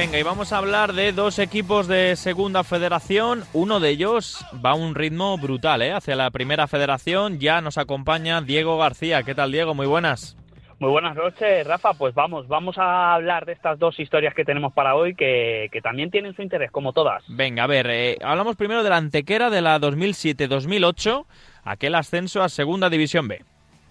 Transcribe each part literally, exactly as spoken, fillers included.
Venga, y vamos a hablar de dos equipos de Segunda Federación. Uno de ellos va a un ritmo brutal, ¿eh? Hacia la Primera Federación. Ya nos acompaña Diego García. ¿Qué tal, Diego? Muy buenas. Muy buenas noches, Rafa. Pues vamos, vamos a hablar de estas dos historias que tenemos para hoy, que, que también tienen su interés, como todas. Venga, a ver, eh, hablamos primero de la Antequera de la dos mil siete dos mil ocho, aquel ascenso a Segunda División B.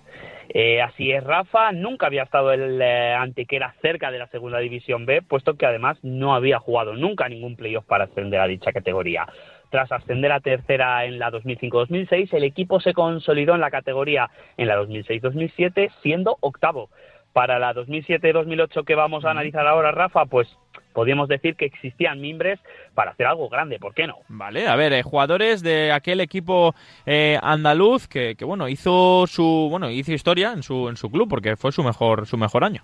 Eh, así es, Rafa. Nunca había estado el eh, Antequera cerca de la Segunda División B, puesto que además no había jugado nunca ningún playoff para ascender a dicha categoría. Tras ascender a tercera en la dos mil cinco dos mil seis, el equipo se consolidó en la categoría en la dos mil seis dos mil siete, siendo octavo. Para la dos mil siete dos mil ocho que vamos a analizar ahora, Rafa, pues podríamos decir que existían mimbres para hacer algo grande, ¿por qué no? Vale, a ver, eh, jugadores de aquel equipo eh, andaluz que, que bueno, hizo su bueno hizo historia en su en su club porque fue su mejor su mejor año.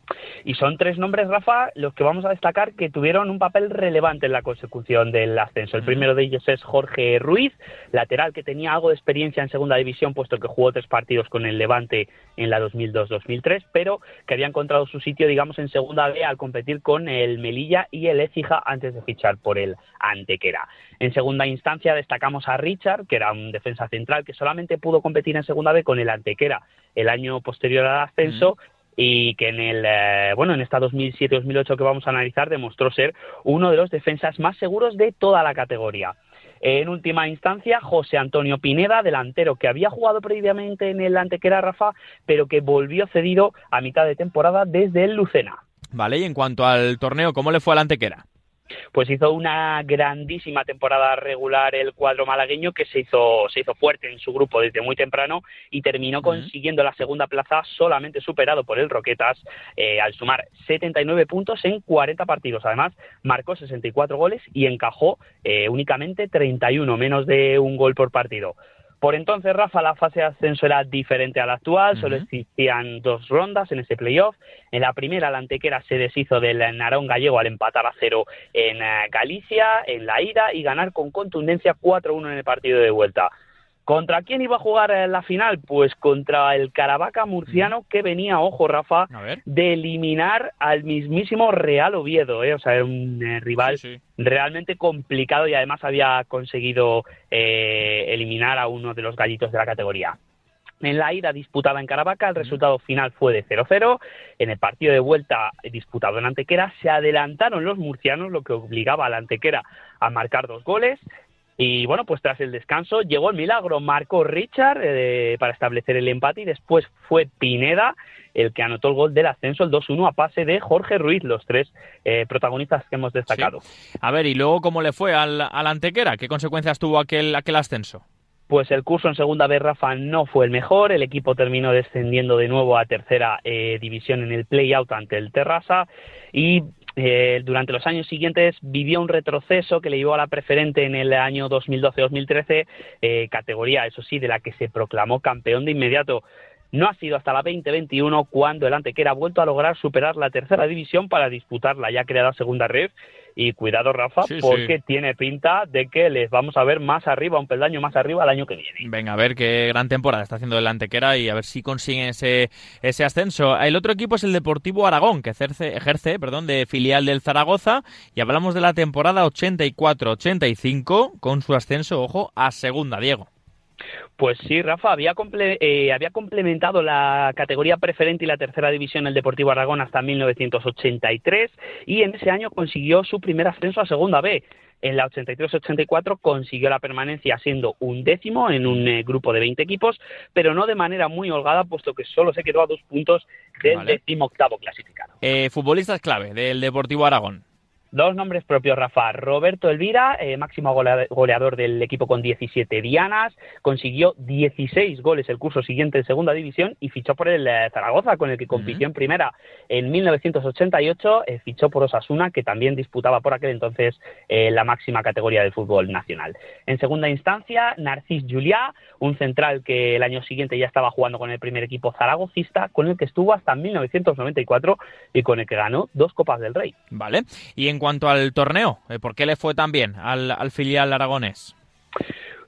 Y son tres nombres, Rafa, los que vamos a destacar que tuvieron un papel relevante en la consecución del ascenso. El primero de ellos es Jorge Ruiz, lateral que tenía algo de experiencia en Segunda División, puesto que jugó tres partidos con el Levante en la dos mil dos dos mil tres, pero que había encontrado su sitio, digamos, en Segunda B al competir con el Melilla y el Écija antes de fichar por el Antequera. En segunda instancia destacamos a Richard, que era un defensa central que solamente pudo competir en Segunda B con el Antequera el año posterior al ascenso, mm. y que en el eh, bueno en esta dos mil siete dos mil ocho que vamos a analizar demostró ser uno de los defensas más seguros de toda la categoría. En última instancia, José Antonio Pineda, delantero que había jugado previamente en el Antequera, Rafa, pero que volvió cedido a mitad de temporada desde el Lucena. Vale, y en cuanto al torneo, ¿cómo le fue al Antequera? Pues hizo una grandísima temporada regular el cuadro malagueño, que se hizo se hizo fuerte en su grupo desde muy temprano y terminó consiguiendo la segunda plaza, solamente superado por el Roquetas, eh, al sumar setenta y nueve puntos en cuarenta partidos. Además, marcó sesenta y cuatro goles y encajó eh, únicamente treinta y uno, menos de un gol por partido. Por entonces, Rafa, la fase de ascenso era diferente a la actual, uh-huh. Solo existían dos rondas en ese playoff. En la primera, la Antequera se deshizo del Narón gallego al empatar a cero en uh, Galicia, en la ida, y ganar con contundencia cuatro uno en el partido de vuelta. ¿Contra quién iba a jugar en la final? Pues contra el Caravaca murciano, que venía, ojo, Rafa, de eliminar al mismísimo Real Oviedo, ¿eh? O sea, era un eh, rival sí, sí. realmente complicado, y además había conseguido eh, eliminar a uno de los gallitos de la categoría. En la ida disputada en Caravaca, el resultado final fue de cero cero. En el partido de vuelta disputado en Antequera, se adelantaron los murcianos, lo que obligaba a la Antequera a marcar dos goles. Y bueno, pues tras el descanso llegó el milagro, marcó Richard eh, para establecer el empate, y después fue Pineda el que anotó el gol del ascenso, el dos uno, a pase de Jorge Ruiz, los tres eh, protagonistas que hemos destacado. Sí. A ver, ¿y luego cómo le fue al, al Antequera? ¿Qué consecuencias tuvo aquel, aquel ascenso? Pues el curso en Segunda B, Rafa, no fue el mejor. El equipo terminó descendiendo de nuevo a Tercera eh, División en el play-out ante el Terrassa, y Eh, durante los años siguientes vivió un retroceso que le llevó a la preferente en el año dos mil doce dos mil trece, eh, categoría, eso sí, de la que se proclamó campeón de inmediato. No ha sido hasta la veinte veintiuno cuando el Antequera ha vuelto a lograr superar la Tercera División para disputar la ya creada Segunda Ref. Y cuidado, Rafa, sí, porque sí. tiene pinta de que les vamos a ver más arriba, un peldaño más arriba el año que viene. Venga, a ver qué gran temporada está haciendo el Antequera y a ver si consiguen ese, ese ascenso. El otro equipo es el Deportivo Aragón, que ejerce, ejerce perdón, de filial del Zaragoza, y hablamos de la temporada ochenta y cuatro ochenta y cinco con su ascenso, ojo, a Segunda, Diego. Pues sí, Rafa, había, comple- eh, había complementado la categoría preferente y la Tercera División el Deportivo Aragón hasta mil novecientos ochenta y tres, y en ese año consiguió su primer ascenso a Segunda B. En la ochenta y tres ochenta y cuatro consiguió la permanencia siendo un décimo en un eh, grupo de veinte equipos, pero no de manera muy holgada, puesto que solo se quedó a dos puntos del vale. decimoctavo clasificado. Eh, futbolistas clave del Deportivo Aragón. Dos nombres propios, Rafa. Roberto Elvira, eh, máximo goleador del equipo con diecisiete dianas, consiguió dieciséis goles el curso siguiente en Segunda División y fichó por el eh, Zaragoza, con el que compitió uh-huh. en Primera. En mil novecientos ochenta y ocho eh, fichó por Osasuna, que también disputaba por aquel entonces eh, la máxima categoría del fútbol nacional. En segunda instancia, Narcís Juliá, un central que el año siguiente ya estaba jugando con el primer equipo zaragocista, con el que estuvo hasta mil novecientos noventa y cuatro y con el que ganó dos Copas del Rey. Vale. Y en cuanto al torneo, ¿por qué le fue tan bien al, al filial aragonés?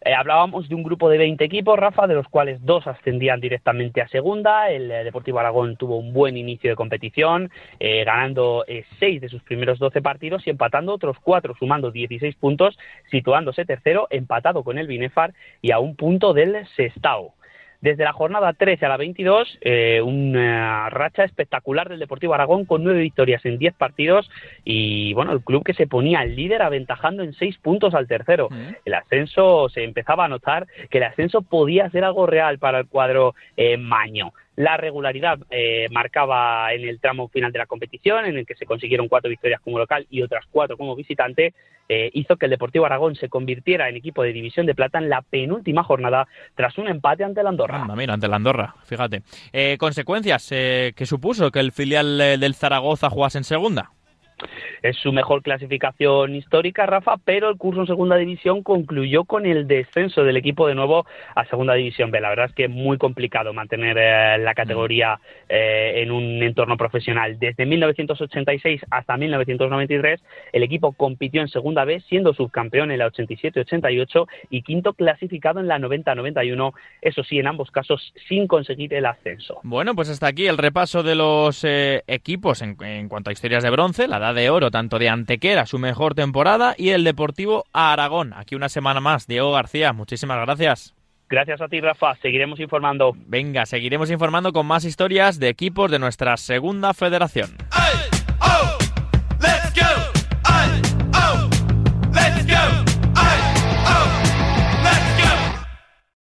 Eh, hablábamos de un grupo de veinte equipos, Rafa, de los cuales dos ascendían directamente a segunda. El eh, Deportivo Aragón tuvo un buen inicio de competición, eh, ganando eh, seis de sus primeros doce partidos y empatando otros cuatro, sumando dieciséis puntos, situándose tercero, empatado con el Binefar y a un punto del Sestao. Desde la jornada trece a la veintidós, eh, una racha espectacular del Deportivo Aragón con nueve victorias en diez partidos y, bueno, el club que se ponía el líder aventajando en seis puntos al tercero. Uh-huh. El ascenso, se empezaba a notar que el ascenso podía ser algo real para el cuadro eh, maño. La regularidad eh, marcaba en el tramo final de la competición, en el que se consiguieron cuatro victorias como local y otras cuatro como visitante, eh, hizo que el Deportivo Aragón se convirtiera en equipo de división de plata en la penúltima jornada tras un empate ante el Andorra. Anda, mira, ante el Andorra, fíjate. Eh, ¿Consecuencias eh, que supuso que el filial eh, del Zaragoza jugase en segunda? Es su mejor clasificación histórica, Rafa, pero el curso en segunda división concluyó con el descenso del equipo de nuevo a segunda división B. La verdad es que es muy complicado mantener eh, la categoría eh, en un entorno profesional. Desde mil novecientos ochenta y seis hasta mil novecientos noventa y tres, el equipo compitió en segunda B, siendo subcampeón en la ochenta y siete ochenta y ocho y quinto clasificado en la noventa noventa y uno, eso sí, en ambos casos sin conseguir el ascenso. Bueno, pues hasta aquí el repaso de los eh, equipos en, en cuanto a historias de bronce, la edad de oro, tanto de Antequera, su mejor temporada, y el Deportivo Aragón. Aquí una semana más. Diego García, muchísimas gracias. Gracias a ti, Rafa. Seguiremos informando. Venga, seguiremos informando con más historias de equipos de nuestra segunda federación.